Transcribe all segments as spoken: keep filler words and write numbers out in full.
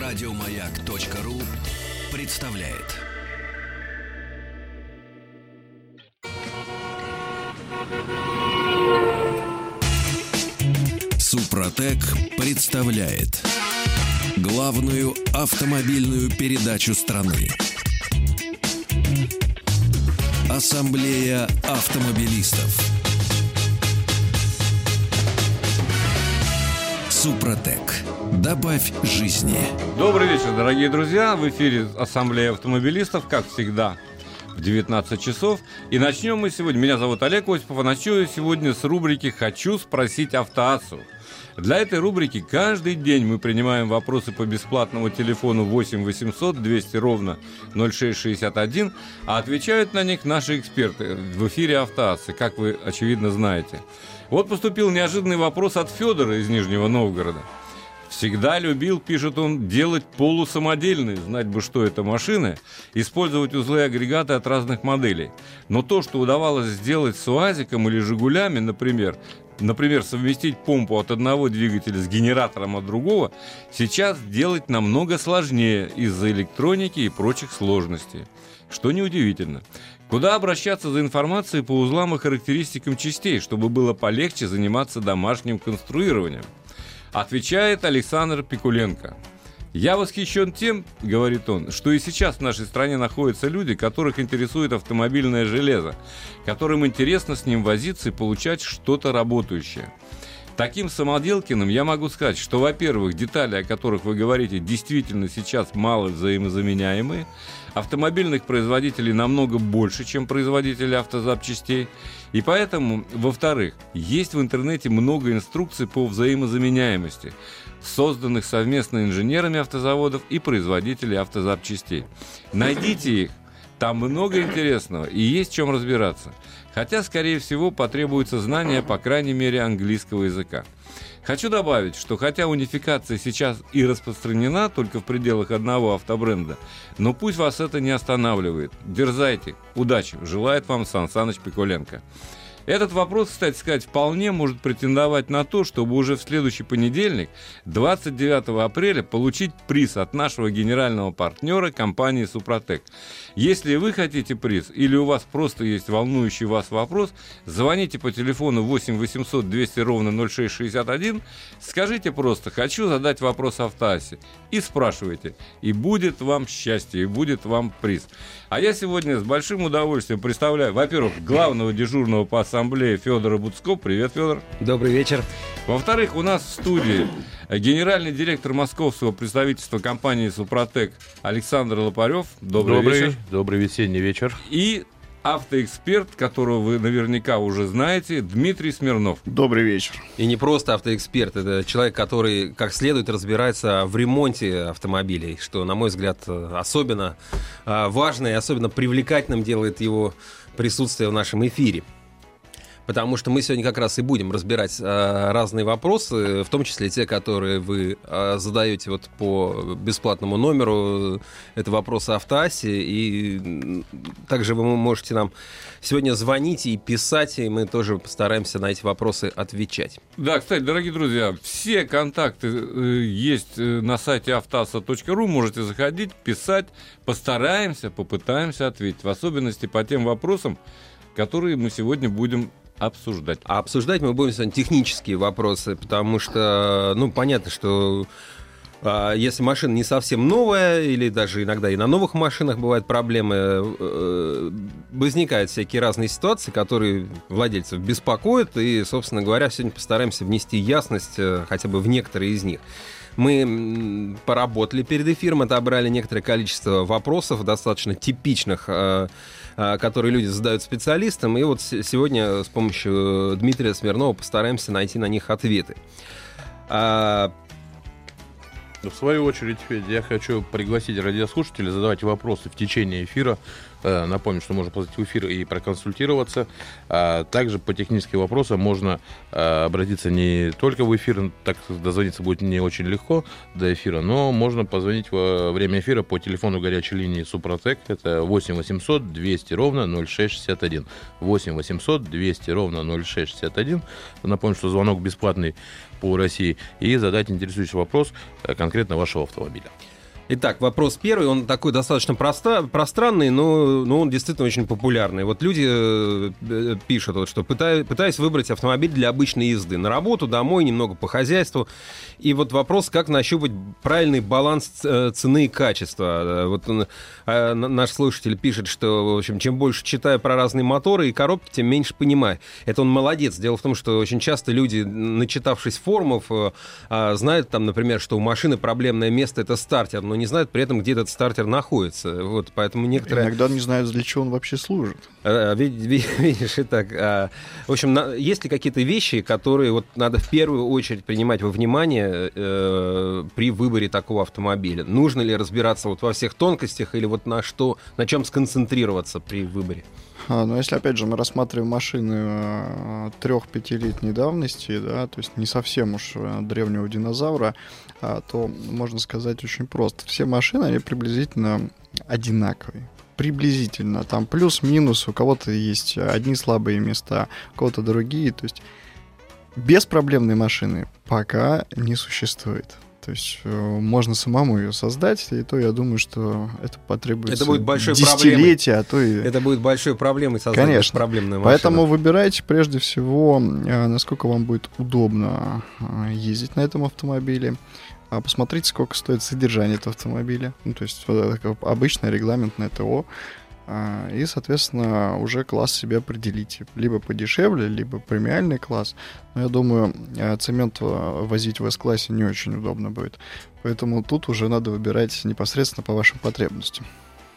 Радиомаяк.ру представляет. Супротек представляет главную автомобильную передачу страны. Ассамблея автомобилистов. Супротек. Добавь жизни. Добрый вечер, дорогие друзья. В эфире Ассамблея автомобилистов, как всегда, в девятнадцать часов. И начнем мы сегодня. Меня зовут Олег Осипов, а начну я сегодня с рубрики «Хочу спросить автоассу». Для этой рубрики каждый день мы принимаем вопросы по бесплатному телефону восемь восемьсот двести ровно ноль шесть шестьдесят один, а отвечают на них наши эксперты в эфире автоассы, как вы, очевидно, знаете. Вот поступил неожиданный вопрос от Федора из Нижнего Новгорода. Всегда любил, пишет он, делать полусамодельные, знать бы, что это машины, использовать узлы и агрегаты от разных моделей. Но то, что удавалось сделать с УАЗиком или Жигулями, например, например, совместить помпу от одного двигателя с генератором от другого, сейчас делать намного сложнее из-за электроники и прочих сложностей. Что неудивительно. Куда обращаться за информацией по узлам и характеристикам частей, чтобы было полегче заниматься домашним конструированием? Отвечает Александр Пикуленко. «Я восхищен тем, — говорит он, — что и сейчас в нашей стране находятся люди, которых интересует автомобильное железо, которым интересно с ним возиться и получать что-то работающее. Таким самоделкиным я могу сказать, что, во-первых, детали, о которых вы говорите, действительно сейчас мало взаимозаменяемые, автомобильных производителей намного больше, чем производители автозапчастей, и поэтому, во-вторых, есть в интернете много инструкций по взаимозаменяемости, созданных совместно инженерами автозаводов и производителей автозапчастей. Найдите их, там много интересного и есть в чем разбираться. Хотя, скорее всего, потребуется знание, по крайней мере, английского языка. Хочу добавить, что хотя унификация сейчас и распространена только в пределах одного автобренда, но пусть вас это не останавливает. Дерзайте, удачи, желает вам Сан Саныч Пикуленко». Этот вопрос, кстати сказать, вполне может претендовать на то, чтобы уже в следующий понедельник, двадцать девятого апреля, получить приз от нашего генерального партнера компании «Супротек». Если вы хотите приз или у вас просто есть волнующий вас вопрос, звоните по телефону восемь восемьсот двести ровно ноль шесть шестьдесят один, скажите просто «хочу задать вопрос автоассе» и спрашивайте, и будет вам счастье, и будет вам приз. А я сегодня с большим удовольствием представляю, во-первых, главного дежурного по ассамблее Федора Буцко. Привет, Федор. Добрый вечер. Во-вторых, у нас в студии генеральный директор московского представительства компании «Супротек» Александр Лопарев. Добрый, добрый вечер. Добрый весенний вечер. И автоэксперт, которого вы наверняка уже знаете, Дмитрий Смирнов. Добрый вечер. И не просто автоэксперт, это человек, который как следует разбирается в ремонте автомобилей, что, на мой взгляд, особенно важно и особенно привлекательным делает его присутствие в нашем эфире. Потому что мы сегодня как раз и будем разбирать а, разные вопросы, в том числе те, которые вы а, задаете вот по бесплатному номеру. Это вопросы автоассе. И также вы можете нам сегодня звонить и писать, и мы тоже постараемся на эти вопросы отвечать. Да, кстати, дорогие друзья, все контакты э, есть на сайте автоасса точка ру. Можете заходить, писать. Постараемся, попытаемся ответить. В особенности по тем вопросам, которые мы сегодня будем обсуждать. А обсуждать мы будем сегодня технические вопросы, потому что, ну, понятно, что а, если машина не совсем новая, или даже иногда и на новых машинах бывают проблемы, э, возникают всякие разные ситуации, которые владельцев беспокоят, и, собственно говоря, сегодня постараемся внести ясность э, хотя бы в некоторые из них. Мы поработали перед эфиром, отобрали некоторое количество вопросов, достаточно типичных, которые люди задают специалистам. И вот сегодня с помощью Дмитрия Смирнова постараемся найти на них ответы. В свою очередь, я хочу пригласить радиослушателей задавать вопросы в течение эфира. Напомню, что можно позвонить в эфир и проконсультироваться. Также по техническим вопросам можно обратиться не только в эфир, так дозвониться будет не очень легко до эфира, но можно позвонить во время эфира по телефону горячей линии Супротек. Это восемь восемьсот двести ровно ноль шесть шестьдесят один. восемь восемьсот двести ровно ноль шесть шестьдесят один. Напомню, что звонок бесплатный по России. И задать интересующий вопрос конкретно вашего автомобиля. Итак, вопрос первый, он такой достаточно проста, пространный, но, но он действительно очень популярный. Вот люди э, пишут, вот, что пытаюсь, пытаюсь выбрать автомобиль для обычной езды. На работу, домой, немного по хозяйству. И вот вопрос, как нащупать правильный баланс цены и качества. Вот он, э, наш слушатель пишет, что, в общем, чем больше читаю про разные моторы и коробки, тем меньше понимаю. Это он молодец. Дело в том, что очень часто люди, начитавшись форумов, э, знают, там, например, что у машины проблемное место — это стартер, но не знают при этом, где этот стартер находится. Вот, поэтому некоторые... Иногда не знают, для чего он вообще служит. А, видишь, и так. А, в общем, на, есть ли какие-то вещи, которые вот надо в первую очередь принимать во внимание э, при выборе такого автомобиля? Нужно ли разбираться вот во всех тонкостях или вот на что, на чем сконцентрироваться при выборе? А, но если, опять же, мы рассматриваем машины трех-пятилетней давности, да, то есть не совсем уж древнего динозавра, а, то можно сказать очень просто. Все машины, они приблизительно одинаковые. Приблизительно. Там плюс-минус, у кого-то есть одни слабые места, у кого-то другие. То есть беспроблемной машины пока не существует. То есть э, можно самому ее создать, и то я думаю, что это потребуется это будет большой десятилетия, а то и... Это будет большой проблемой создать Конечно. Проблемную машину. Поэтому выбирайте прежде всего, э, насколько вам будет удобно э, ездить на этом автомобиле. А посмотрите, сколько стоит содержание этого автомобиля. Ну, то есть вот, обычное регламентное ТО. И, соответственно, уже класс себе определите. Либо подешевле, либо премиальный класс. Но я думаю, цемент возить в С-классе не очень удобно будет. Поэтому тут уже надо выбирать непосредственно по вашим потребностям.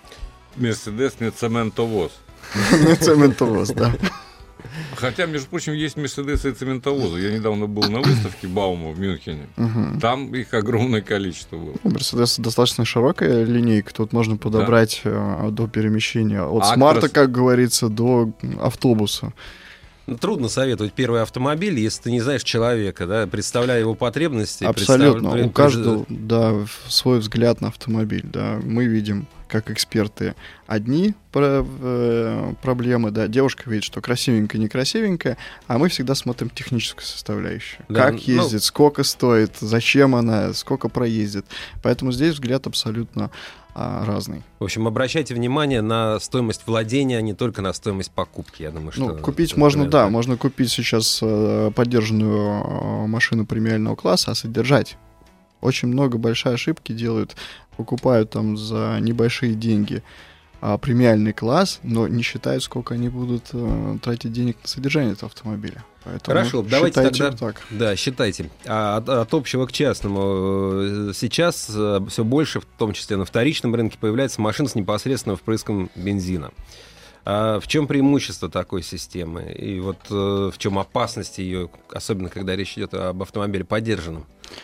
Мерседес не цементовоз. Не цементовоз, да. Хотя, между прочим, есть Мерседесы и цементовозы. Я недавно был на выставке Баума в Мюнхене. Угу. Там их огромное количество было. Мерседес достаточно широкая линейка. Тут можно подобрать да. до перемещения. От а смарта, крас... как говорится, до автобуса. Трудно советовать первый автомобиль, если ты не знаешь человека, да, представляя его потребности. Абсолютно. Представ... У каждого да, свой взгляд на автомобиль. Да. Мы видим, как эксперты, одни про, э, проблемы, да, девушка видит, что красивенькая, некрасивенькая, а мы всегда смотрим техническую составляющую. Да, как ездит, ну... сколько стоит, зачем она, сколько проездит. Поэтому здесь взгляд абсолютно а, разный. В общем, обращайте внимание на стоимость владения, а не только на стоимость покупки, я думаю, что... Ну, купить можно, да, так. Можно купить сейчас э, поддержанную машину премиального класса, а содержать. Очень много, большие ошибки делают, покупают там за небольшие деньги а, премиальный класс, но не считают, сколько они будут а, тратить денег на содержание этого автомобиля. Поэтому хорошо, давайте тогда... Так. Да, считайте. А от, от общего к частному. Сейчас все больше, в том числе на вторичном рынке, появляется машин с непосредственным впрыском бензина. А в чем преимущество такой системы? И вот в чем опасность ее, особенно когда речь идет об автомобиле подержанном?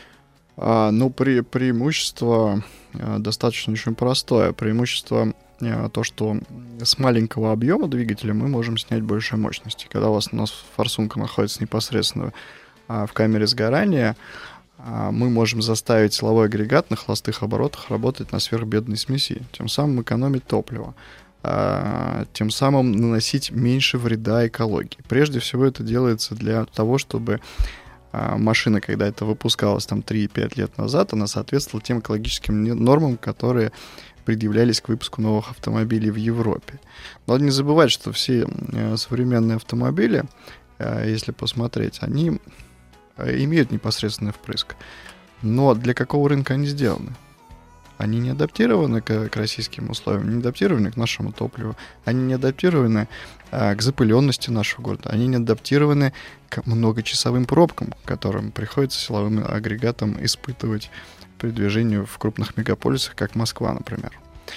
А, ну, пре- преимущество а, достаточно очень простое. Преимущество а, то, что с маленького объема двигателя мы можем снять больше мощности. Когда у вас, у нас форсунка находится непосредственно а, в камере сгорания, а, мы можем заставить силовой агрегат на холостых оборотах работать на сверхбедной смеси, тем самым экономить топливо, а, тем самым наносить меньше вреда экологии. Прежде всего это делается для того, чтобы машина, когда это выпускалась там три-пять лет назад, она соответствовала тем экологическим нормам, которые предъявлялись к выпуску новых автомобилей в Европе. Надо не забывать, что все современные автомобили, если посмотреть, они имеют непосредственный впрыск. Но для какого рынка они сделаны? Они не адаптированы к, к российским условиям, не адаптированы к нашему топливу, они не адаптированы а, к запыленности нашего города, они не адаптированы к многочасовым пробкам, которым приходится силовым агрегатом испытывать при движении в крупных мегаполисах, как Москва, например.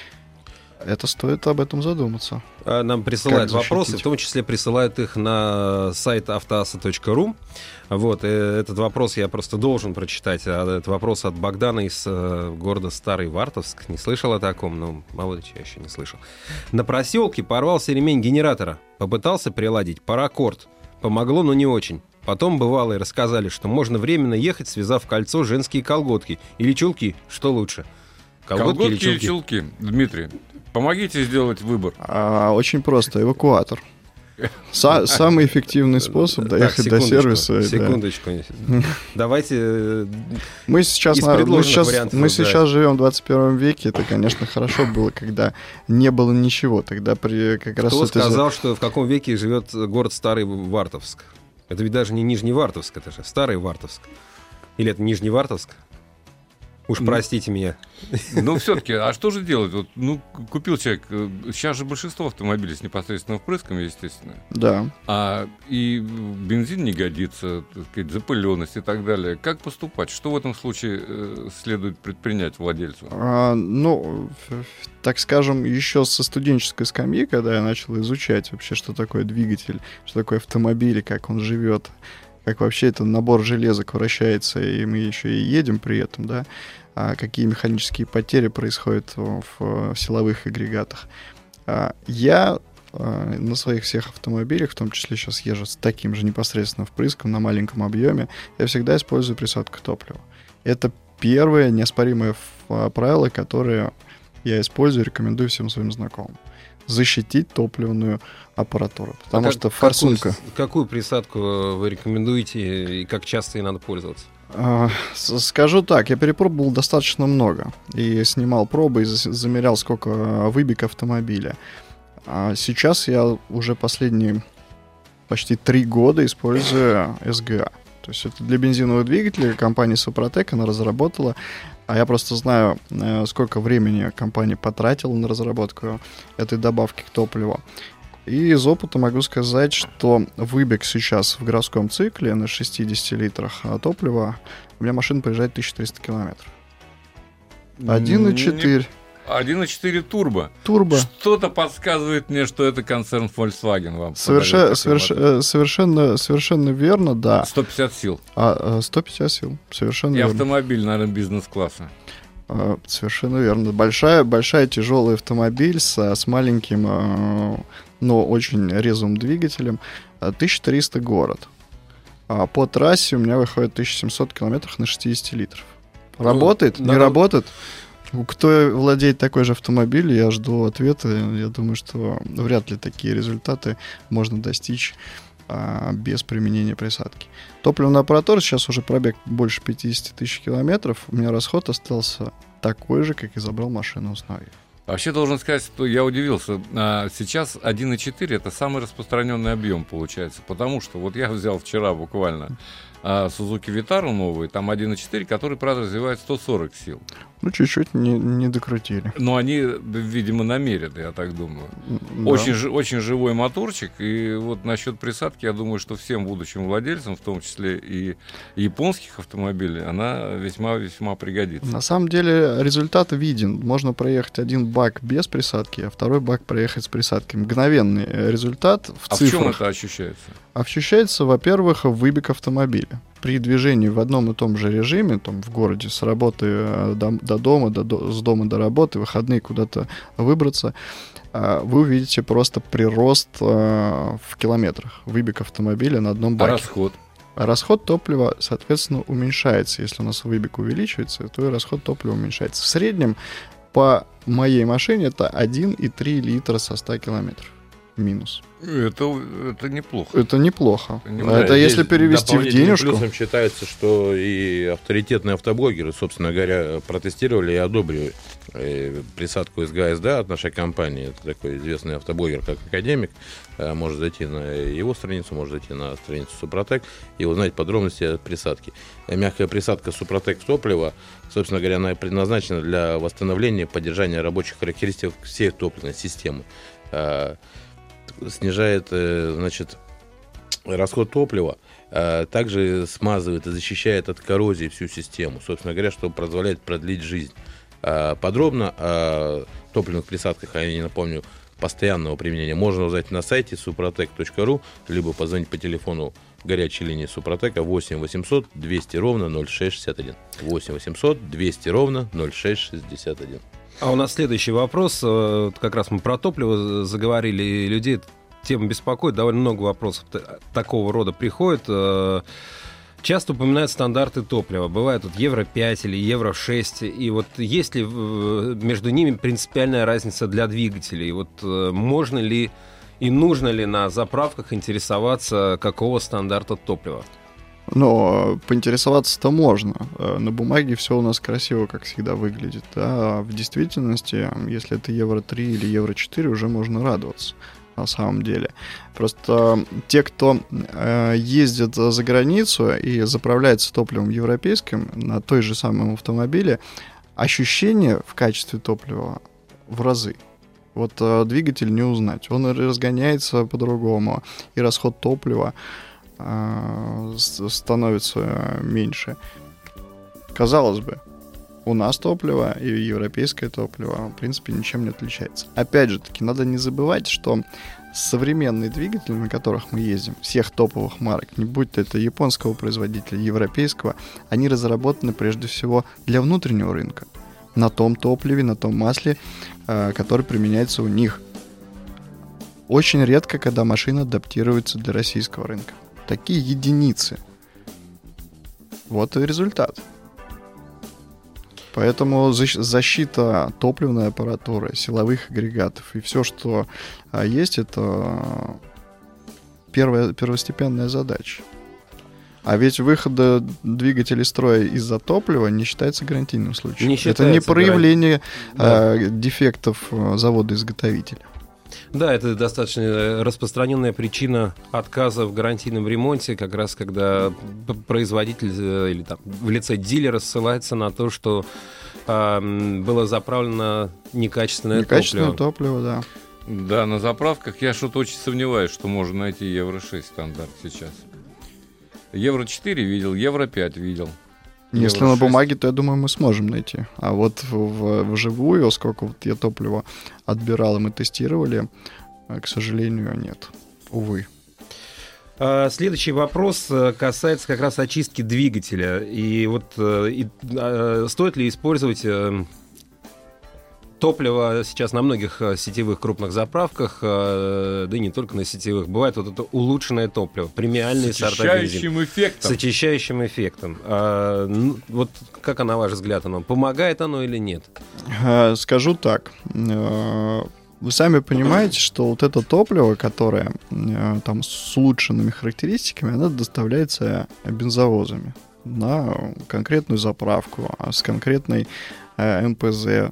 Это стоит об этом задуматься. Нам присылают вопросы, в том числе присылают их на сайт автоаса точка ру. Вот, этот вопрос я просто должен прочитать. Это вопрос от Богдана из города Старый Вартовск. Не слышал о таком, но мало я еще не слышал. На проселке порвался ремень генератора. Попытался приладить паракорд. Помогло, но не очень. Потом бывалые рассказали, что можно временно ехать, связав в кольцо женские колготки или чулки. Что лучше? Колготки, колготки или чулки? Или чулки? Дмитрий, помогите сделать выбор. А, очень просто. Эвакуатор. Са- самый эффективный способ доехать Так, до сервиса. Секундочку. Да. Давайте Мы сейчас, из на, мы предложенных сейчас, вариантов мы выбирать. сейчас живем в двадцать первом веке. Это, конечно, хорошо было, когда не было ничего. Тогда при как раз Кто это- сказал, что в каком веке живет город Старый Вартовск? Это ведь даже не Нижний Вартовск, это же Старый Вартовск. Или это Нижний Вартовск? Уж Ну, простите меня. Ну, все-таки, а что же делать? Вот, ну, купил человек, э, сейчас же большинство автомобилей с непосредственным впрыском, естественно, Да. а и бензин не годится, так сказать, запыленность и так далее. Как поступать? Что в этом случае э, следует предпринять владельцу? А, ну, ф- ф- так скажем, еще со студенческой скамьи, когда я начал изучать вообще, что такое двигатель, что такое автомобиль, и как он живет, как вообще этот набор железок вращается, и мы еще и едем при этом, да, а какие механические потери происходят в, в силовых агрегатах. А, я а, на своих всех автомобилях, в том числе сейчас езжу с таким же непосредственно впрыском на маленьком объеме, я всегда использую присадку топлива. Это первое неоспоримое ф- правило, которое я использую и рекомендую всем своим знакомым. Защитить топливную аппаратуру. Потому А как- что форсунка... Какую, какую присадку вы рекомендуете и как часто ей надо пользоваться? А, с- Скажу так, я перепробовал достаточно много. И снимал пробы, и зас- замерял, сколько а, выбег автомобиля. А сейчас я уже последние почти три года использую эс гэ а. То есть это для бензинового двигателя компания Супротек, она разработала. А я просто знаю, э, сколько времени компания потратила на разработку этой добавки к топливу. И из опыта могу сказать, что выбег сейчас в городском цикле на шестидесяти литрах а, топлива у меня машина проезжает тысячу триста километров. один и четыре. один и четыре турбо. Турбо. Что-то подсказывает мне, что это концерн Volkswagen вам. Соверше- подарил такой соверш- мотор. э, совершенно, совершенно верно, да. сто пятьдесят сил. А, э, сто пятьдесят сил. Совершенно И верно. автомобиль, наверное, бизнес-класса. А, Совершенно верно. Большая, большая тяжелый автомобиль с, с маленьким, э, но очень резвым двигателем. А, тысяча триста город. А по трассе у меня выходит тысяча семьсот километров на шестьдесят литров. Работает? Не надо- работает? Кто владеет такой же автомобилем, я жду ответа. Я думаю, что вряд ли такие результаты можно достичь а, без применения присадки. Топливный аппаратура, сейчас уже пробег больше пятьдесят тысяч километров. У меня расход остался такой же, как и забрал машину с новой. Вообще должен сказать, что я удивился. А, Сейчас один и четыре это самый распространенный объем получается. Потому что вот я взял вчера буквально а, Suzuki Vitara новый, там один и четыре, который, правда, развивает сто сорок сил. Ну, чуть-чуть не, не докрутили. Но они, видимо, намерены, я так думаю. Да. Очень, жи- очень живой моторчик. И вот насчет присадки, я думаю, что всем будущим владельцам, в том числе и японских автомобилей, она весьма-весьма пригодится. На самом деле результат виден. Можно проехать один бак без присадки, а второй бак проехать с присадкой. Мгновенный э, результат в А в чем цифрах. это ощущается? Ощущается, во-первых, выбег автомобиля. При движении в одном и том же режиме, там, в городе, с работы э, до, до дома, до, до- с дома до работы, выходные куда-то выбраться, э, вы увидите просто прирост э, в километрах. Выбег автомобиля на одном А баке. расход? А расход топлива, соответственно, уменьшается. Если у нас выбег увеличивается, то и расход топлива уменьшается. В среднем по моей машине это один и три литра со ста километров. Минус. Это, это неплохо. Это неплохо. Не А это Да, если здесь перевести в дополнительным денежку. Плюсом считается, что и авторитетные автоблогеры, собственно говоря, протестировали и одобрили э, присадку эс гэ а эс дэ от нашей компании. Это такой известный автоблогер, как Академик. Э, Может зайти на его страницу, может зайти на страницу Супротек и узнать подробности о присадке. Э, Мягкая присадка Супротек в топливо, собственно говоря, она предназначена для восстановления и поддержания рабочих характеристик всей топливной системы. Э, Снижает, э, значит, расход топлива, а также смазывает и защищает от коррозии всю систему, собственно говоря, что позволяет продлить жизнь. А подробно о топливных присадках, а я не напомню, постоянного применения, можно узнать на сайте супротек точка ру, либо позвонить по телефону горячей линии Супротека восемь восемьсот двести ровно ноль шесть шестьдесят один. восемь восемьсот двести ровно ноль шесть шестьдесят один. А у нас следующий вопрос. Э, Как раз мы про топливо заговорили, и людей эта тема беспокоит. Довольно много вопросов т- такого рода приходит. Э, Часто упоминают стандарты топлива. Бывает тут евро пять или евро шесть. И вот есть ли э, между ними принципиальная разница для двигателей? Вот э, можно ли И нужно ли на заправках интересоваться, какого стандарта топлива? Но поинтересоваться-то можно. На бумаге все у нас красиво, как всегда, выглядит. А в действительности, если это евро три или евро четыре, уже можно радоваться на самом деле. Просто те, кто э, ездит за границу и заправляется топливом европейским на той же самом автомобиле, ощущение в качестве топлива в разы. Вот э, двигатель не узнать. Он разгоняется по-другому, и расход топлива э, становится меньше. Казалось бы, у нас топливо и европейское топливо, в принципе, ничем не отличается. Опять же таки, надо не забывать, что современные двигатели, на которых мы ездим, всех топовых марок, не будь то это японского производителя, европейского, они разработаны прежде всего для внутреннего рынка. На том топливе, на том масле, э, которое применяется у них. Очень редко, когда машина адаптируется для российского рынка. Такие единицы. Вот и результат. Поэтому защита топливной аппаратуры, силовых агрегатов и все, что есть, это первая, первостепенная задача. А ведь выход двигателей из строя из-за топлива не считается гарантийным случаем. Не считается, это не проявление да. э, дефектов завода-изготовителя. Да, это достаточно распространенная причина отказа в гарантийном ремонте, как раз когда производитель или там, в лице дилера ссылается на то, что э, было заправлено некачественное, некачественное топливо. топливо, да. Да, на заправках я что-то очень сомневаюсь, что можно найти евро шесть стандарт сейчас. евро четыре видел, евро пять видел. Если на бумаге, то, я думаю, мы сможем найти. А вот в, вживую, сколько вот я топливо отбирал, и мы тестировали, к сожалению, нет. Увы. Следующий вопрос касается как раз очистки двигателя. И вот и, а, стоит ли использовать топливо сейчас на многих сетевых крупных заправках, да и не только на сетевых, бывает вот это улучшенное топливо, премиальные сорта бензина. С очищающим эффектом. С очищающим эффектом. А, ну, вот как, на ваш взгляд, оно помогает оно или нет? Скажу так. Вы сами понимаете, что вот это топливо, которое там с улучшенными характеристиками, оно доставляется бензовозами на конкретную заправку, с конкретной эм пэ зэ,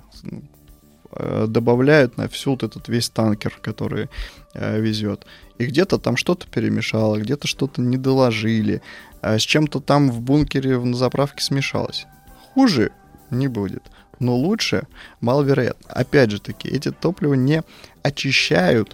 добавляют на всю вот этот весь танкер, который э, везет. И где-то там что-то перемешало, где-то что-то не доложили, э, с чем-то там в бункере на заправке смешалось. Хуже не будет, но лучше маловероятно. Опять же таки, эти топлива не очищают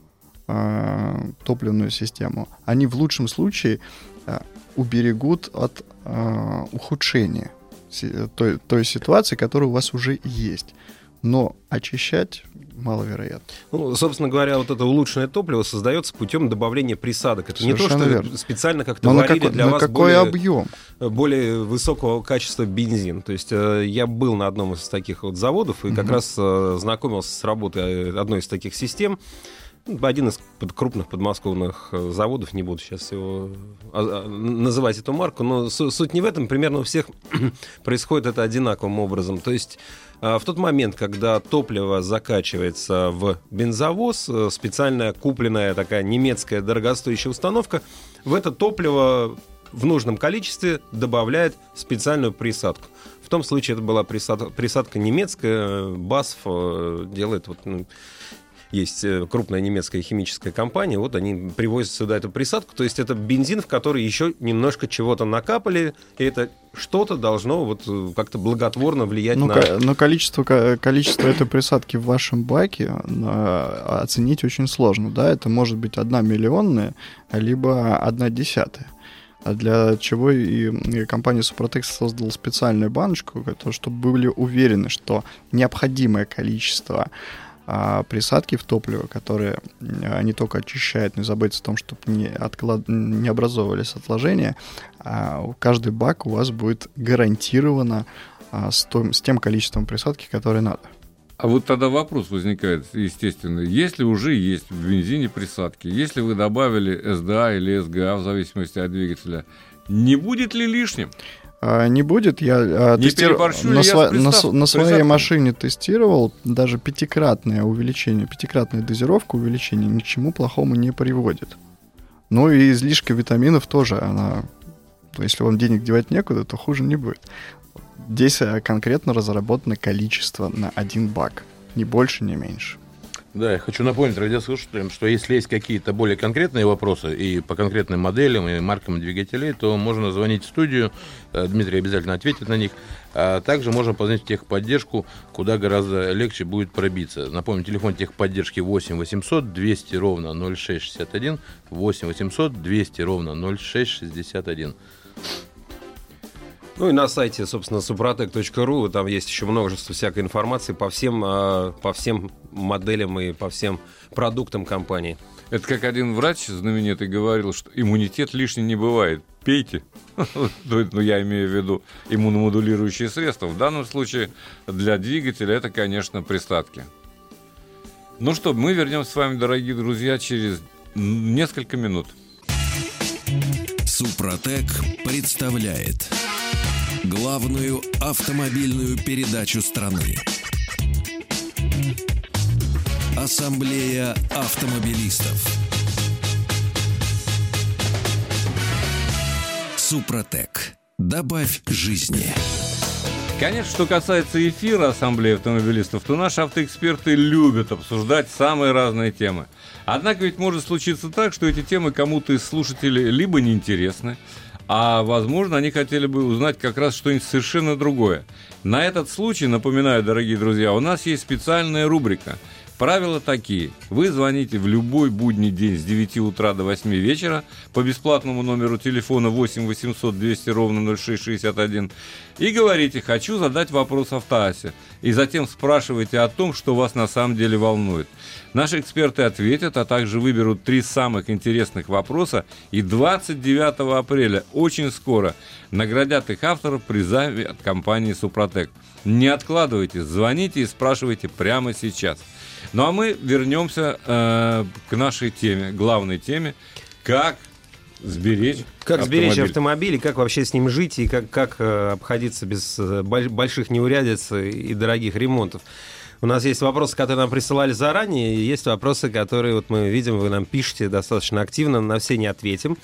э, топливную систему. Они в лучшем случае э, уберегут от э, ухудшения той, той ситуации, которая у вас уже есть. Но очищать маловероятно. Ну, собственно говоря, вот это улучшенное топливо создается путем добавления присадок. Это совершенно не то, что верно. Специально как-то Но варили какой, для вас какой более, объем? более высокого качества бензин. То есть я был на одном из таких вот заводов и угу. как раз знакомился с работой одной из таких систем. Один из крупных подмосковных заводов, не буду сейчас его называть эту марку, но суть не в этом, примерно у всех происходит это одинаковым образом. То есть в тот момент, когда топливо закачивается в бензовоз, специальная купленная такая немецкая дорогостоящая установка в это топливо в нужном количестве добавляет специальную присадку. В том случае это была присадка, присадка немецкая, басф делает вот... Ну, есть крупная немецкая химическая компания, вот они привозят сюда эту присадку, то есть это бензин, в который еще немножко чего-то накапали, и это что-то должно вот как-то благотворно влиять ну, на... Ко- но количество, количество этой присадки в вашем баке на, оценить очень сложно, да, это может быть одна миллионная, либо одна десятая. Для чего и компания Супротек создала специальную баночку, чтобы были уверены, что необходимое количество а присадки в топливо, которые не только очищают, но и заботятся о том, чтобы не, отклад... не образовывались отложения, а каждый бак у вас будет гарантированно а, с, том, с тем количеством присадки, которое надо. А вот тогда вопрос возникает, естественно, если уже есть в бензине присадки, если вы добавили эс дэ а или эс гэ а в зависимости от двигателя, не будет ли лишним? А, не будет. Я а, Не тестиров... переборщу ли на, я сво... с на, пристав... с- на своей присадками? машине тестировал, даже пятикратное увеличение, пятикратная дозировка увеличения ни к чему плохому не приводит. Ну и излишка витаминов тоже, она, если вам денег девать некуда, то хуже не будет. Здесь а, конкретно разработано количество на один бак, ни больше, ни меньше. Да, я хочу напомнить радиослушателям, что если есть какие-то более конкретные вопросы и по конкретным моделям и маркам двигателей, то можно звонить в студию, Дмитрий обязательно ответит на них, а также можно позвонить в техподдержку, куда гораздо легче будет пробиться. Напомню, телефон техподдержки восемь восемьсот двести ровно ноль шесть шестьдесят один, восемь восемьсот двести ровно ноль шесть шестьдесят один. Ну и на сайте, собственно, супротек точка ру, там есть еще множество всякой информации по всем, э, по всем моделям и по всем продуктам компании. Это как один врач знаменитый говорил, что иммунитет лишний не бывает. Пейте. Ну, я имею в виду иммуномодулирующие средства. В данном случае для двигателя это, конечно, присадки. Ну что, мы вернемся с вами, дорогие друзья, через несколько минут. Супротек представляет главную автомобильную передачу страны. Ассамблея автомобилистов. Супротек. Добавь жизни. Конечно, что касается эфира Ассамблеи автомобилистов, то наши автоэксперты любят обсуждать самые разные темы. Однако ведь может случиться так, что эти темы кому-то из слушателей либо неинтересны, а, возможно, они хотели бы узнать как раз что-нибудь совершенно другое. На этот случай, напоминаю, дорогие друзья, у нас есть специальная рубрика. Правила такие. Вы звоните в любой будний день с девяти утра до восьми вечера по бесплатному номеру телефона восемь восемьсот двести ровно ноль шесть шестьдесят один и говорите: «Хочу задать вопрос автоассе». И затем спрашивайте о том, что вас на самом деле волнует. Наши эксперты ответят, а также выберут три самых интересных вопроса и двадцать девятого апреля, очень скоро, наградят их авторов призами от компании «Супротек». Не откладывайте, звоните и спрашивайте прямо сейчас. Ну а мы вернемся э, к нашей теме, главной теме, как сберечь Как автомобиль. сберечь автомобиль, и как вообще с ним жить, и как, как э, обходиться без э, больш- больших неурядиц и, и дорогих ремонтов. У нас есть вопросы, которые нам присылали заранее, и есть вопросы, которые вот мы видим, вы нам пишете достаточно активно, на все не ответим.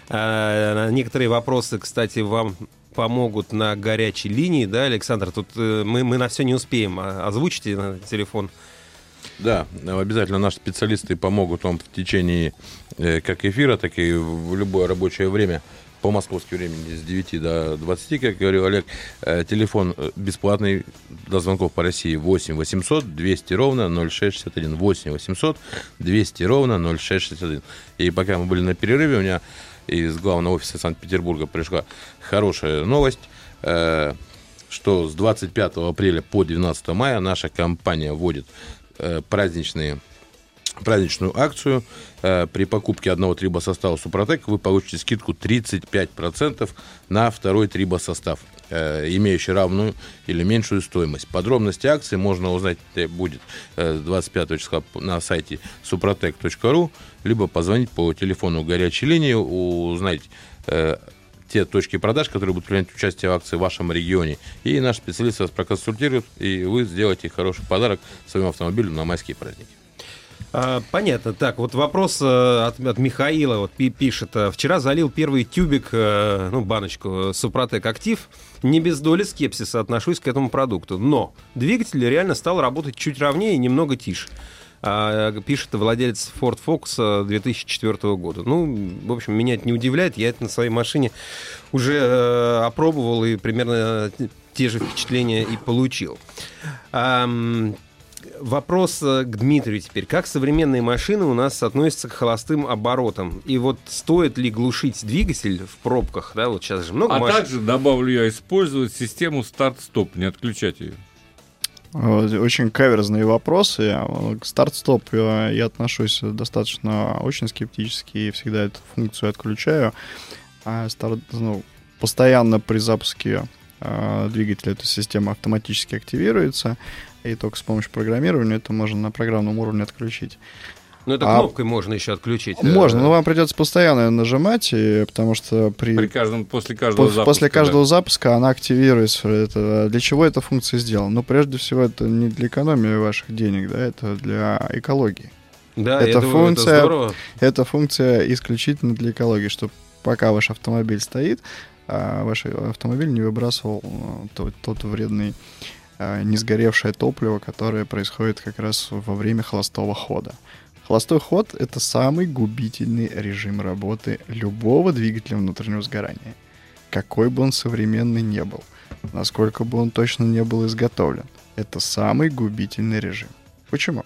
А, на некоторые вопросы, кстати, вам помогут на горячей линии, да, Александр? Тут э, мы, мы на все не успеем. Озвучите на телефон. Да, обязательно наши специалисты помогут вам в течение э, как эфира, так и в любое рабочее время по московскому времени с девяти до двадцати, как говорил Олег. Э, телефон бесплатный для звонков по России восемь восемьсот двести ровно ноль шесть шестьдесят один. восемь восемьсот двести ровно ноль шесть шестьдесят один. И пока мы были на перерыве, у меня из главного офиса Санкт-Петербурга пришла хорошая новость, э, что с двадцать пятого апреля по двенадцатого мая наша компания вводит праздничные, праздничную акцию. При покупке одного трибосостава Супротек вы получите скидку тридцать пять процентов на второй трибосостав, имеющий равную или меньшую стоимость. Подробности акции можно узнать будет двадцать пятого числа на сайте супротек точка ру, либо позвонить по телефону горячей линии, узнать те точки продаж, которые будут принять участие в акции в вашем регионе. И наш специалист вас проконсультирует, и вы сделаете хороший подарок своему автомобилю на майские праздники. А, понятно. Так, вот вопрос а, от, от Михаила вот, пи- пишет. А, вчера залил первый тюбик, а, ну, баночку Супротек Актив. Не без доли скепсиса отношусь к этому продукту. Но двигатель реально стал работать чуть ровнее и немного тише. А, пишет владелец Ford Focus две тысячи четвёртого года. Ну, в общем, меня это не удивляет. Я это на своей машине уже э, опробовал и примерно те же впечатления и получил. А, вопрос к Дмитрию теперь. Как современные машины у нас относятся к холостым оборотам? И вот стоит ли глушить двигатель в пробках? Да, вот сейчас же много А машин. также, добавлю я, использовать систему старт-стоп, не отключать ее. Очень каверзные вопросы. К старт-стоп я отношусь достаточно очень скептически и всегда эту функцию отключаю. А старт, ну, постоянно при запуске э, двигателя эта система автоматически активируется, и только с помощью программирования это можно на программном уровне отключить. Ну, это А- кнопкой можно еще отключить. Можно, но вам придется постоянно её нажимать, и, потому что при, При каждом, после каждого пос- запуска. после да. каждого запуска она активируется. Это, для чего эта функция сделана? Ну, прежде всего, это не для экономии ваших денег, да, это для экологии. Да, эта я думаю, функция- это здорово. Эта функция исключительно для экологии, чтобы пока ваш автомобиль стоит, а ваш автомобиль не выбрасывал а, тот, тот вредный, а, не сгоревшее топливо, которое происходит как раз во время холостого хода. Холостой ход — это самый губительный режим работы любого двигателя внутреннего сгорания. Какой бы он современный не был, насколько бы он точно не был изготовлен, это самый губительный режим. Почему?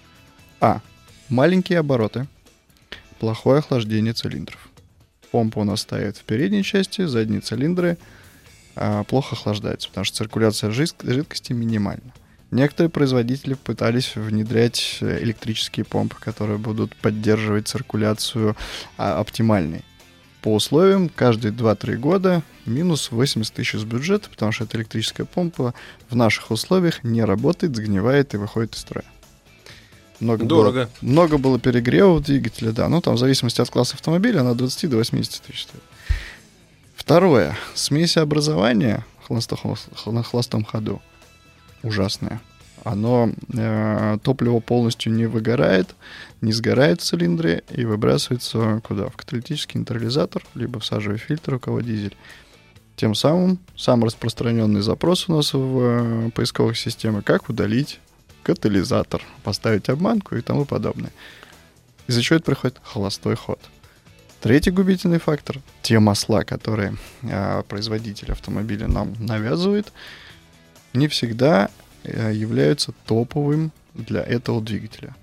А. Маленькие обороты, плохое охлаждение цилиндров. Помпа у нас стоит в передней части, задние цилиндры а, плохо охлаждаются, потому что циркуляция жидк- жидкости минимальна. Некоторые производители пытались внедрять электрические помпы, которые будут поддерживать циркуляцию а, оптимальной. По условиям, каждые два-три года минус восемьдесят тысяч из бюджета, потому что эта электрическая помпа в наших условиях не работает, загнивает и выходит из строя. Много Дорого. Было, много было перегревов двигателя, да. Ну, там в зависимости от класса автомобиля она от двадцати до восьмидесяти тысяч стоит. Второе. Смесь образования холосто- на холостом ходу ужасное. Оно э, топливо полностью не выгорает, не сгорает в цилиндре и выбрасывается куда? В каталитический нейтрализатор, либо в сажевый фильтр, у кого дизель. Тем самым самый распространенный запрос у нас в э, поисковых системах — как удалить катализатор, поставить обманку и тому подобное. Из-за чего это происходит? Холостой ход. Третий губительный фактор — те масла, которые э, производитель автомобиля нам навязывает, не всегда э, являются топовым для этого двигателя.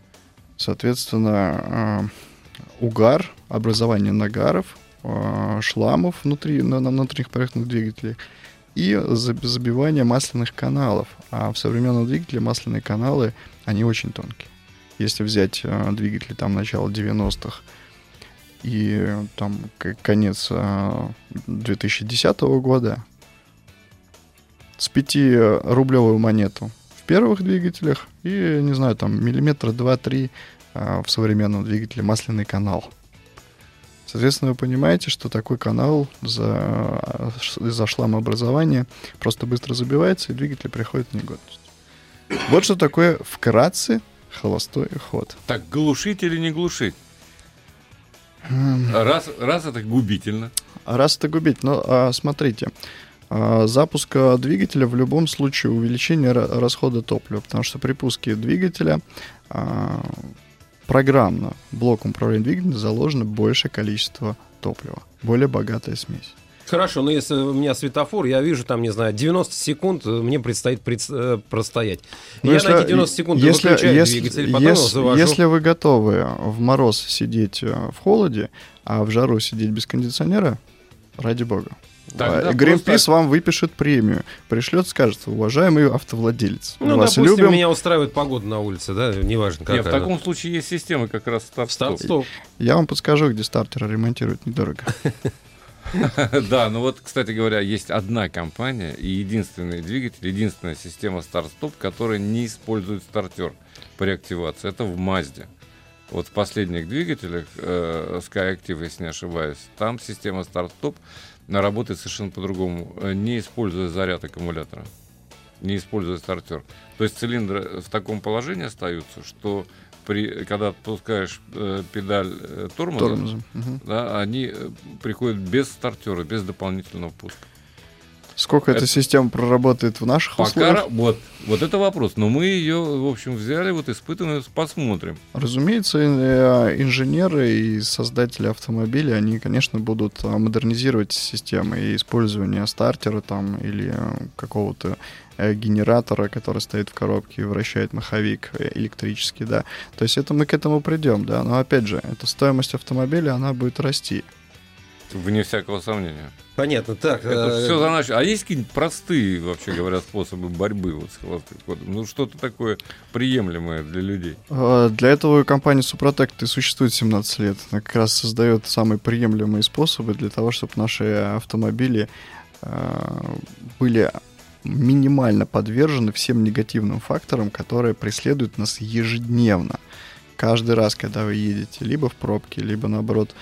Соответственно, э, угар, образование нагаров, э, шламов внутри, на, на внутренних поверхностных двигателей и забивание масляных каналов. А в современном двигателе масляные каналы, они очень тонкие. Если взять э, двигатели там начала девяностых и э, там к- конец э, две тысячи десятого года, с пятирублевую монету в первых двигателях и, не знаю, там миллиметра два-три э, в современном двигателе масляный канал. Соответственно, вы понимаете, что такой канал за, из-за шламообразования просто быстро забивается, и двигатель приходит в негодность. Вот что такое вкратце холостой ход. Так глушить или не глушить? Раз, раз это губительно. Раз это губить, но а, смотрите, а, запуск а, двигателя в любом случае увеличение ра- расхода топлива, потому что при пуске двигателя а, программно блоком управления двигателем заложено большее количество топлива, более богатая смесь. Хорошо, но если у меня светофор, я вижу там, не знаю, девяносто секунд, мне предстоит пред, э, простоять. Ну, я если- на эти девяносто секунд если, выключаю если, двигатель, потом его если- завожу. если вы готовы в мороз сидеть э, в холоде, а в жару сидеть без кондиционера, ради бога. Тогда А, Greenpeace просто- вам выпишет премию, пришлет, скажет: уважаемый автовладелец, мы Ну, вас допустим, любим. меня устраивает погода на улице, да, неважно какая. Нет, в таком случае есть система как раз старт-стоп. Старт-стоп. Я вам подскажу, где стартер ремонтируют недорого. Да, ну вот, кстати говоря, есть одна компания и единственный двигатель, единственная система старт-стоп, которая не использует стартер при активации. Это в Mazda. Вот в последних двигателях э, SkyActiv, если не ошибаюсь, там система старт-стоп работает совершенно по-другому, э, не используя заряд аккумулятора, не используя стартер. То есть цилиндры в таком положении остаются, что при, когда отпускаешь э, педаль э, тормоза, Тормозом. Мгм. да, они э, приходят без стартера, без дополнительного пуска. Сколько эта Это- система проработает в наших Пока условиях? ра- вот, вот это вопрос. Но мы ее, в общем, взяли, вот испытываем, посмотрим. Разумеется, э, инженеры и создатели автомобилей, они, конечно, будут а, модернизировать системы и использование стартера там или э, какого-то э, генератора, который стоит в коробке и вращает маховик э, электрический, да. То есть это мы к этому придем, да. Но опять же, эта стоимость автомобиля, она будет расти. Вне всякого сомнения. Понятно, так. Это э, все за наш... А есть какие-нибудь простые, вообще говоря, способы борьбы вот с холостым ходом? Ну, что-то такое приемлемое для людей. Э, Для этого компания Супротек и существует семнадцать лет. Она как раз создает самые приемлемые способы для того, чтобы наши автомобили э, были минимально подвержены всем негативным факторам, которые преследуют нас ежедневно. каждый раз, когда вы едете либо в пробке, либо, наоборот,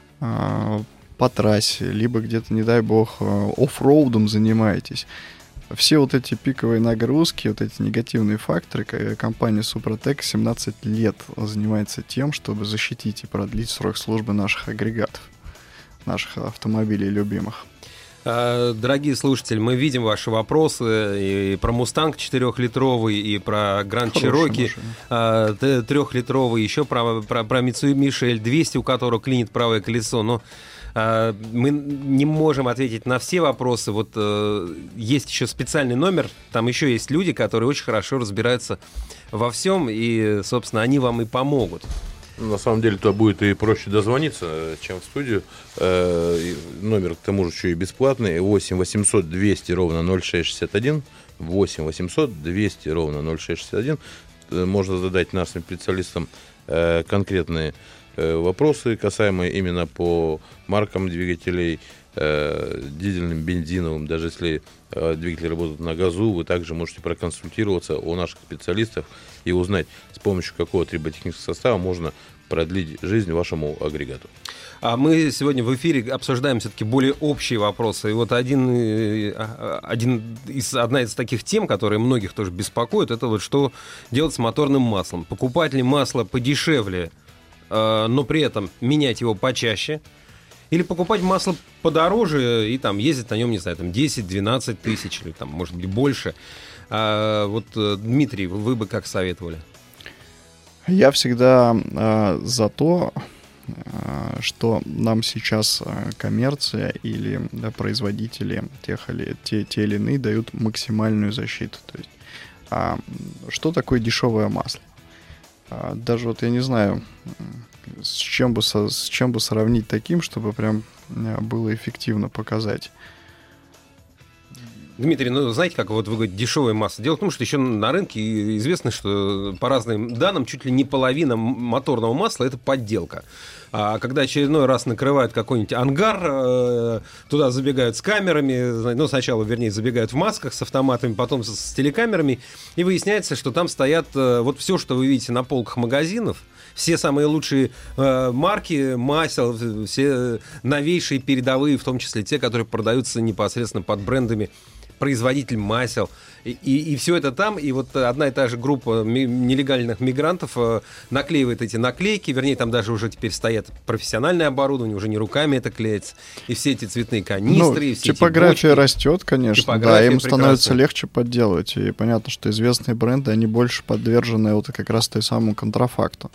по трассе, либо где-то, не дай бог, оффроудом занимаетесь, все вот эти пиковые нагрузки, вот эти негативные факторы, компания Супротек семнадцать лет занимается тем, чтобы защитить и продлить срок службы наших агрегатов, наших автомобилей любимых. Дорогие слушатели, мы видим ваши вопросы и про «Мустанг» четырехлитровый, и про «Гранд Чироки» трехлитровый, еще про, про, про Mitsubishi эль двести, у которого клинит правое колесо. Но мы не можем ответить на все вопросы. Вот есть еще специальный номер, там еще есть люди, которые очень хорошо разбираются во всем, и, собственно, они вам и помогут. На самом деле, туда будет и проще дозвониться, чем в студию. Э, номер, к тому же, еще и бесплатный. восемь восемьсот двести ровно ноль шесть шестьдесят один. восемь восемьсот двести ровно ноль шесть шестьдесят один. Можно задать нашим специалистам э, конкретные э, вопросы, касаемые именно по маркам двигателей, э, дизельным, бензиновым. Даже если э, двигатели работают на газу, вы также можете проконсультироваться у наших специалистов и узнать, с помощью какого триботехнического состава можно продлить жизнь вашему агрегату. А мы сегодня в эфире обсуждаем все-таки более общие вопросы. И вот один, один из, одна из таких тем, которые многих тоже беспокоит, это вот что делать с моторным маслом. Покупать ли масло подешевле, но при этом менять его почаще, или покупать масло подороже и там ездить на нем, не знаю, там десять-двенадцать тысяч, или там, может быть, больше. А вот, Дмитрий, вы бы как советовали? Я всегда э, за то, э, что нам сейчас э, коммерция или да, производители тех или, те, те или иные дают максимальную защиту. То есть, а, что такое дешевое масло? А, даже вот я не знаю, с чем бы, со, с чем бы сравнить таким, чтобы прям было эффективно показать. Дмитрий, ну знаете, как вот вы говорите, дешевая масса. Дело в том, что еще на рынке известно, что по разным данным чуть ли не половина моторного масла — это подделка. А когда очередной раз накрывают какой-нибудь ангар, туда забегают с камерами, ну сначала, вернее, забегают в масках с автоматами, потом с, с телекамерами, и выясняется, что там стоят вот все, что вы видите на полках магазинов, все самые лучшие э, марки масел, все новейшие передовые, в том числе те, которые продаются непосредственно под брендами производитель масел, и, и, и все это там, и вот одна и та же группа ми- нелегальных мигрантов э, наклеивает эти наклейки, вернее, там даже уже теперь стоят профессиональное оборудование, уже не руками это клеится, и все эти цветные канистры, ну, и все типография эти бочки. Растет, конечно, Типография да, им прекрасна. Становится легче подделывать, и понятно, что известные бренды, они больше подвержены вот как раз той самому контрафакту.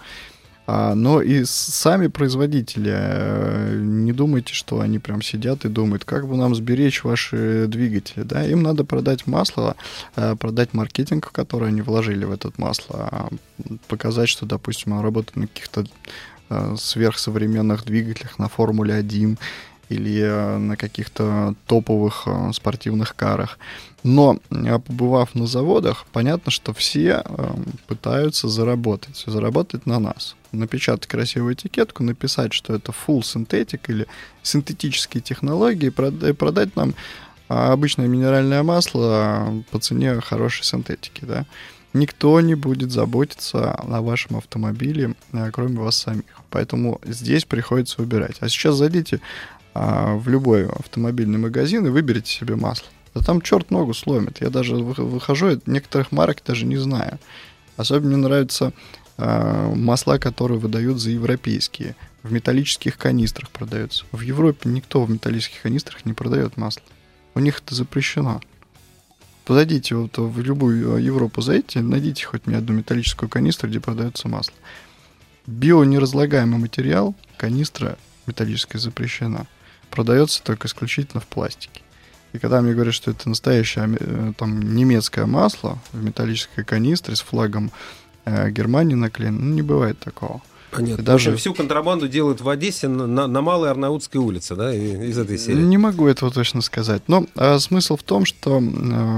Но и сами производители, не думайте, что они прям сидят и думают, как бы нам сберечь ваши двигатели. Да? Им надо продать масло, продать маркетинг, который они вложили в это масло, показать, что, допустим, он работает на каких-то сверхсовременных двигателях, на Формуле один или на каких-то топовых спортивных карах. Но, побывав на заводах, понятно, что все пытаются заработать, заработать на нас. Напечатать красивую этикетку, написать, что это full synthetic или синтетические технологии, продать нам обычное минеральное масло по цене хорошей синтетики. Да? Никто не будет заботиться о вашем автомобиле, кроме вас самих. Поэтому здесь приходится выбирать. А сейчас зайдите в любой автомобильный магазин и выберите себе масло. Да там черт ногу сломит. Я даже выхожу, некоторых марок даже не знаю. Особенно мне нравятся э, масла, которые выдают за европейские. В металлических канистрах продаются. В Европе никто в металлических канистрах не продает масло. У них это запрещено. Подойдите вот в любую Европу, зайдите, найдите хоть мне одну металлическую канистру, где продается масло. Бионеразлагаемый материал, канистра металлическая запрещена. Продается только исключительно в пластике. И когда мне говорят, что это настоящее там, немецкое масло в металлической канистре с флагом э, Германии наклеено, ну, не бывает такого. Понятно. Даже... Всю контрабанду делают в Одессе на, на Малой Арнаутской улице, да, из этой серии? Не могу этого точно сказать. Но э, смысл в том, что э,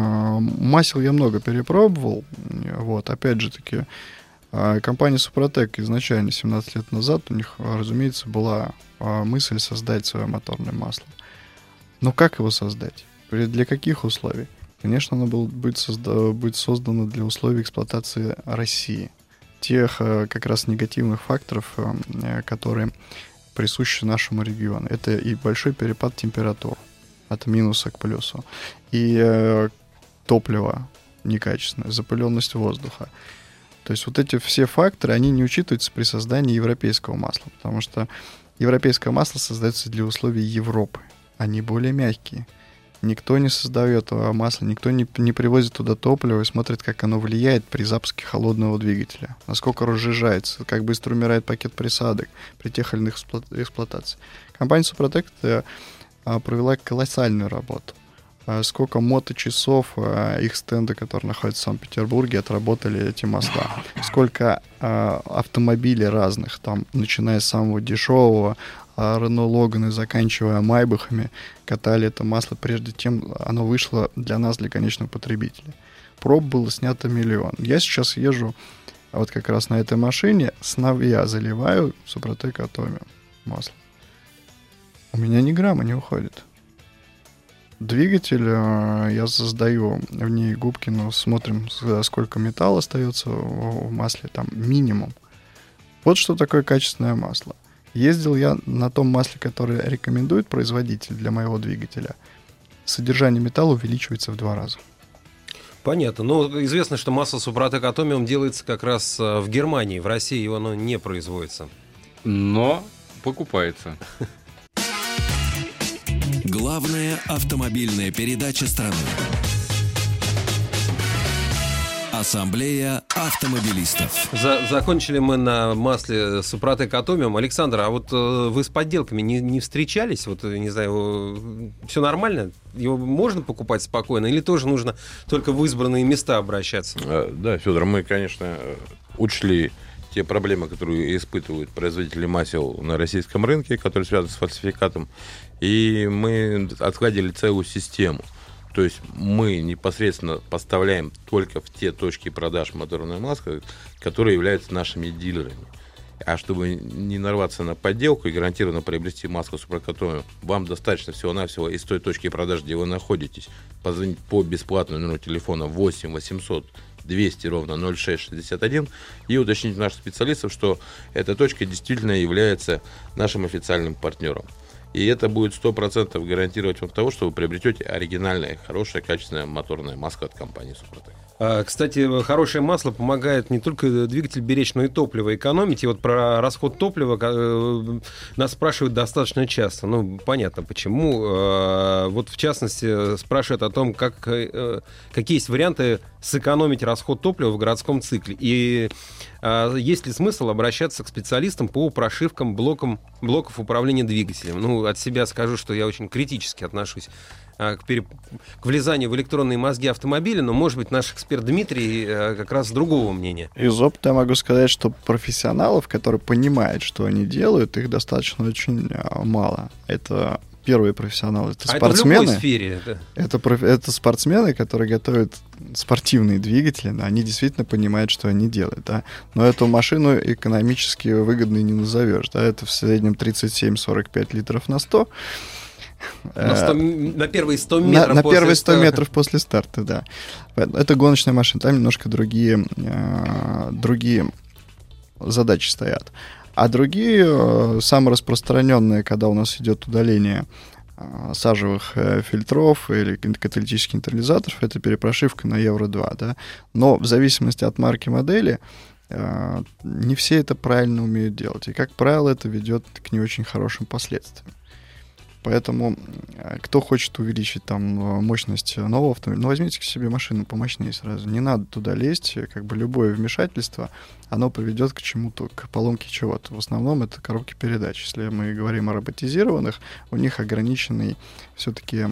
масел я много перепробовал. Вот, опять же таки, э, компания Супротек изначально, семнадцать лет назад, у них, разумеется, была э, мысль создать свое моторное масло. Но как его создать? Для каких условий? Конечно, оно будет, созда- будет создано для условий эксплуатации России. тех как раз негативных факторов, которые присущи нашему региону. Это и большой перепад температур от минуса к плюсу, и топливо некачественное, запыленность воздуха. То есть вот эти все факторы, они не учитываются при создании европейского масла, потому что европейское масло создается для условий Европы. Они более мягкие. Никто не создает масло, никто не, не привозит туда топливо и смотрит, как оно влияет при запуске холодного двигателя. Насколько разжижается, как быстро умирает пакет присадок при тех или иных эксплуатациях. Компания Супротек провела колоссальную работу. Сколько моточасов их стенды, которые находятся в Санкт-Петербурге, отработали эти масла. Сколько автомобилей разных, там, начиная с самого дешевого Рено Логан и заканчивая Майбахами, катали это масло, прежде чем оно вышло для нас, для конечного потребителя. Проб было снято миллион. Я сейчас езжу вот как раз на этой машине, с Навья заливаю Супротек Атомиум масло. У меня ни грамма не уходит. Двигатель, я создаю в ней губки, но смотрим, сколько металла остается в масле, там минимум. Вот что такое качественное масло. Ездил я на том масле, которое рекомендует производитель для моего двигателя. Содержание металла увеличивается в два раза. Понятно. Ну, известно, что масло Супротек Атомиум делается как раз в Германии. В России оно не производится. Но покупается. Главная автомобильная передача страны. Ассамблея автомобилистов. За, закончили мы на масле Супротек Атомиум. Александр, а вот э, вы с подделками не, не встречались? Вот, не знаю, все нормально? Его можно покупать спокойно? Или тоже нужно только в избранные места обращаться? Да, Федор, мы, конечно, учли те проблемы, которые испытывают производители масел на российском рынке, которые связаны с фальсификатом, и мы отладили целую систему. То есть мы непосредственно поставляем только в те точки продаж моторного масла, которые являются нашими дилерами. А чтобы не нарваться на подделку и гарантированно приобрести масло Супротек Атомиум, вам достаточно всего-навсего из той точки продаж, где вы находитесь, позвонить по бесплатному номеру телефона восемь восемьсот двести ровно ноль шесть шестьдесят один и уточнить у наших специалистов, что эта точка действительно является нашим официальным партнером. И это будет сто процентов гарантировать вам того, что вы приобретете оригинальное, хорошее, качественное моторное масло от компании Супротек. Кстати, хорошее масло помогает не только двигатель беречь, но и топливо экономить. И вот про расход топлива нас спрашивают достаточно часто. Ну, понятно, почему. Вот, в частности, спрашивают о том, как, какие есть варианты сэкономить расход топлива в городском цикле. И есть ли смысл обращаться к специалистам по прошивкам блокам, блоков управления двигателем? Ну, от себя скажу, что я очень критически отношусь к, переп... к влезанию в электронные мозги автомобиля, но, может быть, наш эксперт Дмитрий как раз другого мнения. Из опыта я могу сказать, что профессионалов, которые понимают, что они делают, их достаточно очень мало. Это первые профессионалы, это а спортсмены. Это в любой сфере. Это... Это, это спортсмены, которые готовят спортивные двигатели, да, они действительно понимают, что они делают, да. Но эту машину экономически выгодной не назовешь, да, это в среднем тридцать семь - сорок пять литров на сто. На, сто, на первые сто метров на, на после первые сто старта. метров после старта, да. Это гоночная машина, там немножко другие, э, другие задачи стоят. А другие, э, самые распространенные, когда у нас идет удаление э, сажевых э, фильтров или каталитических нейтрализаторов, это перепрошивка на евро два, да. Но в зависимости от марки модели э, не все это правильно умеют делать. И, как правило, это ведет к не очень хорошим последствиям. Поэтому, кто хочет увеличить там мощность нового автомобиля, ну, возьмите к себе машину помощнее сразу. Не надо туда лезть. Как бы любое вмешательство, оно приведет к чему-то, к поломке чего-то. В основном это коробки передач. Если мы говорим о роботизированных, у них ограниченный все-таки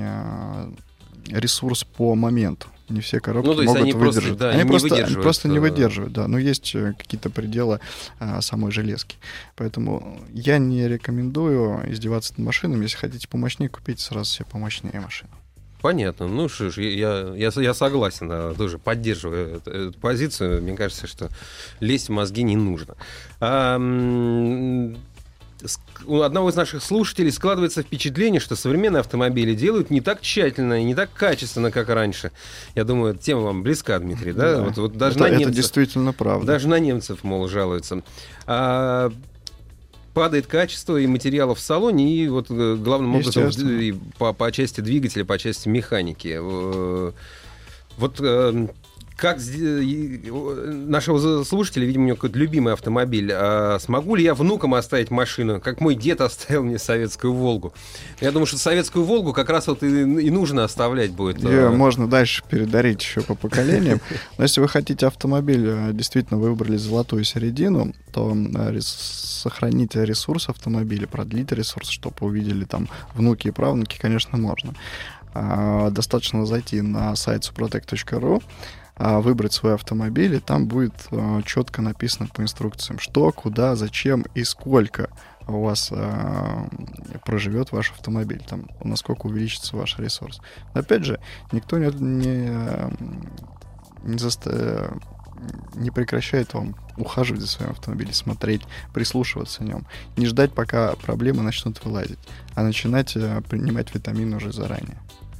ресурс по моменту. Не все коробки ну, могут они выдержать. Просто, да, они, не просто, выдерживают. они просто не выдерживают, да. Но есть какие-то пределы а, самой железки. Поэтому я не рекомендую издеваться над машинами. Если хотите помощнее, купите сразу себе помощнее машину. Понятно. Ну что ж, я, я, я согласен, я тоже поддерживаю эту, эту позицию. Мне кажется, что лезть в мозги не нужно. А, у одного из наших слушателей складывается впечатление, что современные автомобили делают не так тщательно и не так качественно, как раньше. Я думаю, эта тема вам близка, Дмитрий, да? Да. Вот, вот даже это, на это немцев, действительно правда. даже на немцев, мол, жалуются. А, падает качество и материалов в салоне, и вот главным образом и по, по части двигателя, по части механики. Вот как нашего слушателя, видимо, у него какой-то любимый автомобиль. А смогу ли я внукам оставить машину, как мой дед оставил мне советскую «Волгу»? Я думаю, что советскую «Волгу» как раз вот и, и нужно оставлять будет. Ее можно дальше передарить еще по поколениям. Но если вы хотите автомобиль, действительно, вы выбрали золотую середину, то сохранить ресурс автомобиля, продлить ресурс, чтобы увидели там внуки и правнуки, конечно, можно. Достаточно зайти на сайт супротек точка ру, выбрать свой автомобиль, и там будет э, четко написано по инструкциям, что, куда, зачем и сколько у вас э, проживет ваш автомобиль, там, насколько увеличится ваш ресурс. Но опять же, никто не, не, не, заста... не прекращает вам ухаживать за своим автомобилем, смотреть, прислушиваться к нем, не ждать, пока проблемы начнут вылазить, а начинать э, принимать витамины уже заранее.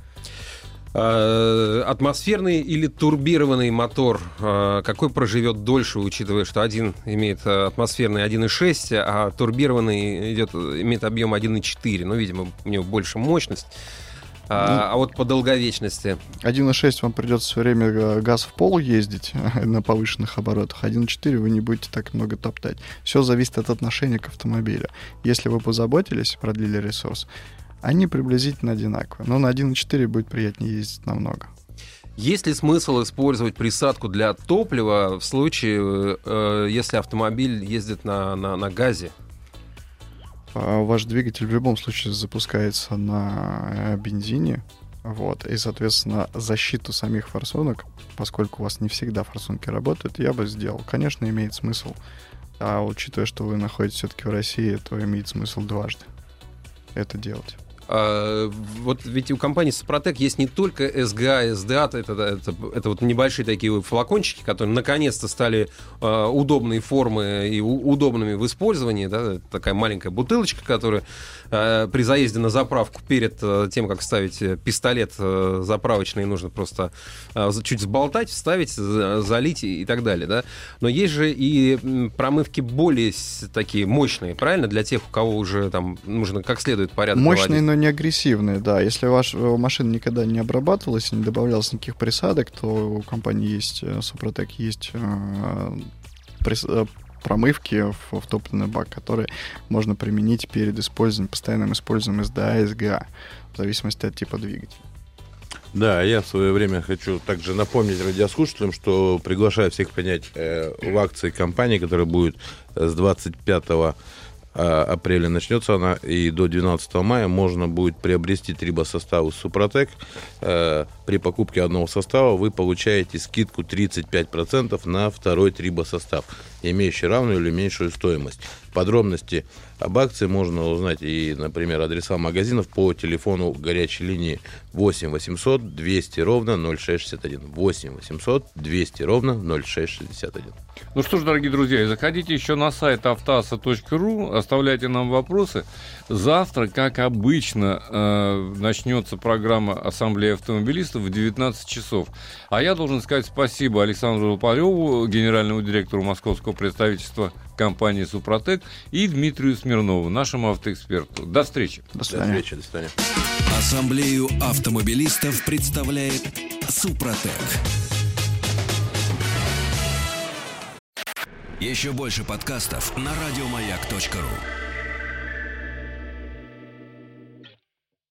Атмосферный или турбированный мотор, какой проживет дольше, учитывая, что один имеет атмосферный один и шесть, а турбированный идет, имеет объем один и четыре, ну, видимо, у него больше мощность. А, а вот по долговечности? один и шесть вам придется все время газ в пол ездить на повышенных оборотах. один и четыре вы не будете так много топтать. Все зависит от отношения к автомобилю. Если вы позаботились, продлили ресурс, они приблизительно одинаковые. Но на один и четыре будет приятнее ездить намного. Есть ли смысл использовать присадку для топлива в случае, э, если автомобиль ездит на, на, на газе? Ваш двигатель в любом случае запускается на бензине. Вот, и, соответственно, защиту самих форсунок, поскольку у вас не всегда форсунки работают, я бы сделал. Конечно, имеет смысл. А учитывая, что вы находитесь все-таки в России, то имеет смысл дважды это делать. А, вот ведь у компании Супротек есть не только эс джи эй, эс ди эй, это, это, это вот небольшие такие флакончики, которые наконец-то стали э, удобной формы и у, удобными в использовании, да, такая маленькая бутылочка, которая э, при заезде на заправку перед э, тем, как ставить пистолет э, заправочный, нужно просто э, чуть сболтать, вставить, залить и, и так далее, да. Но есть же и промывки более такие мощные, правильно, для тех, у кого уже там нужно как следует порядок мощные, наводить. Но не агрессивные, да. Если ваша машина никогда не обрабатывалась и не добавлялось никаких присадок, то у компании есть, Супротек, есть э, прис, э, промывки в, в топливный бак, которые можно применить перед использованием, постоянным использованием эс ди эй, эс джи эй, в зависимости от типа двигателя. Да, я в свое время хочу также напомнить радиослушателям, что приглашаю всех принять э, в акции компании, которая будет с двадцать пятого апреля начнется она, и до двенадцатого мая можно будет приобрести трибосоставы Супротек. Э, при покупке одного состава вы получаете скидку тридцать пять процентов на второй трибосостав, имеющий равную или меньшую стоимость. Подробности об акции можно узнать и, например, адреса магазинов по телефону горячей линии восемь восемьсот двести ровно ноль шесть шестьдесят один. восемь восемьсот двести ровно ноль шесть шестьдесят один. Ну что ж, дорогие друзья, заходите еще на сайт автоаса точка ру, оставляйте нам вопросы. Завтра, как обычно, э, начнется программа Ассамблеи автомобилистов в девятнадцать часов. А я должен сказать спасибо Александру Лопареву, генеральному директору московского представительства компании «Супротек», и Дмитрию Смирнову, нашему автоэксперту. До встречи. До свидания. До встречи, до свидания. Ассамблею автомобилистов представляет «Супротек». Еще больше подкастов на радиомаяк точка ру.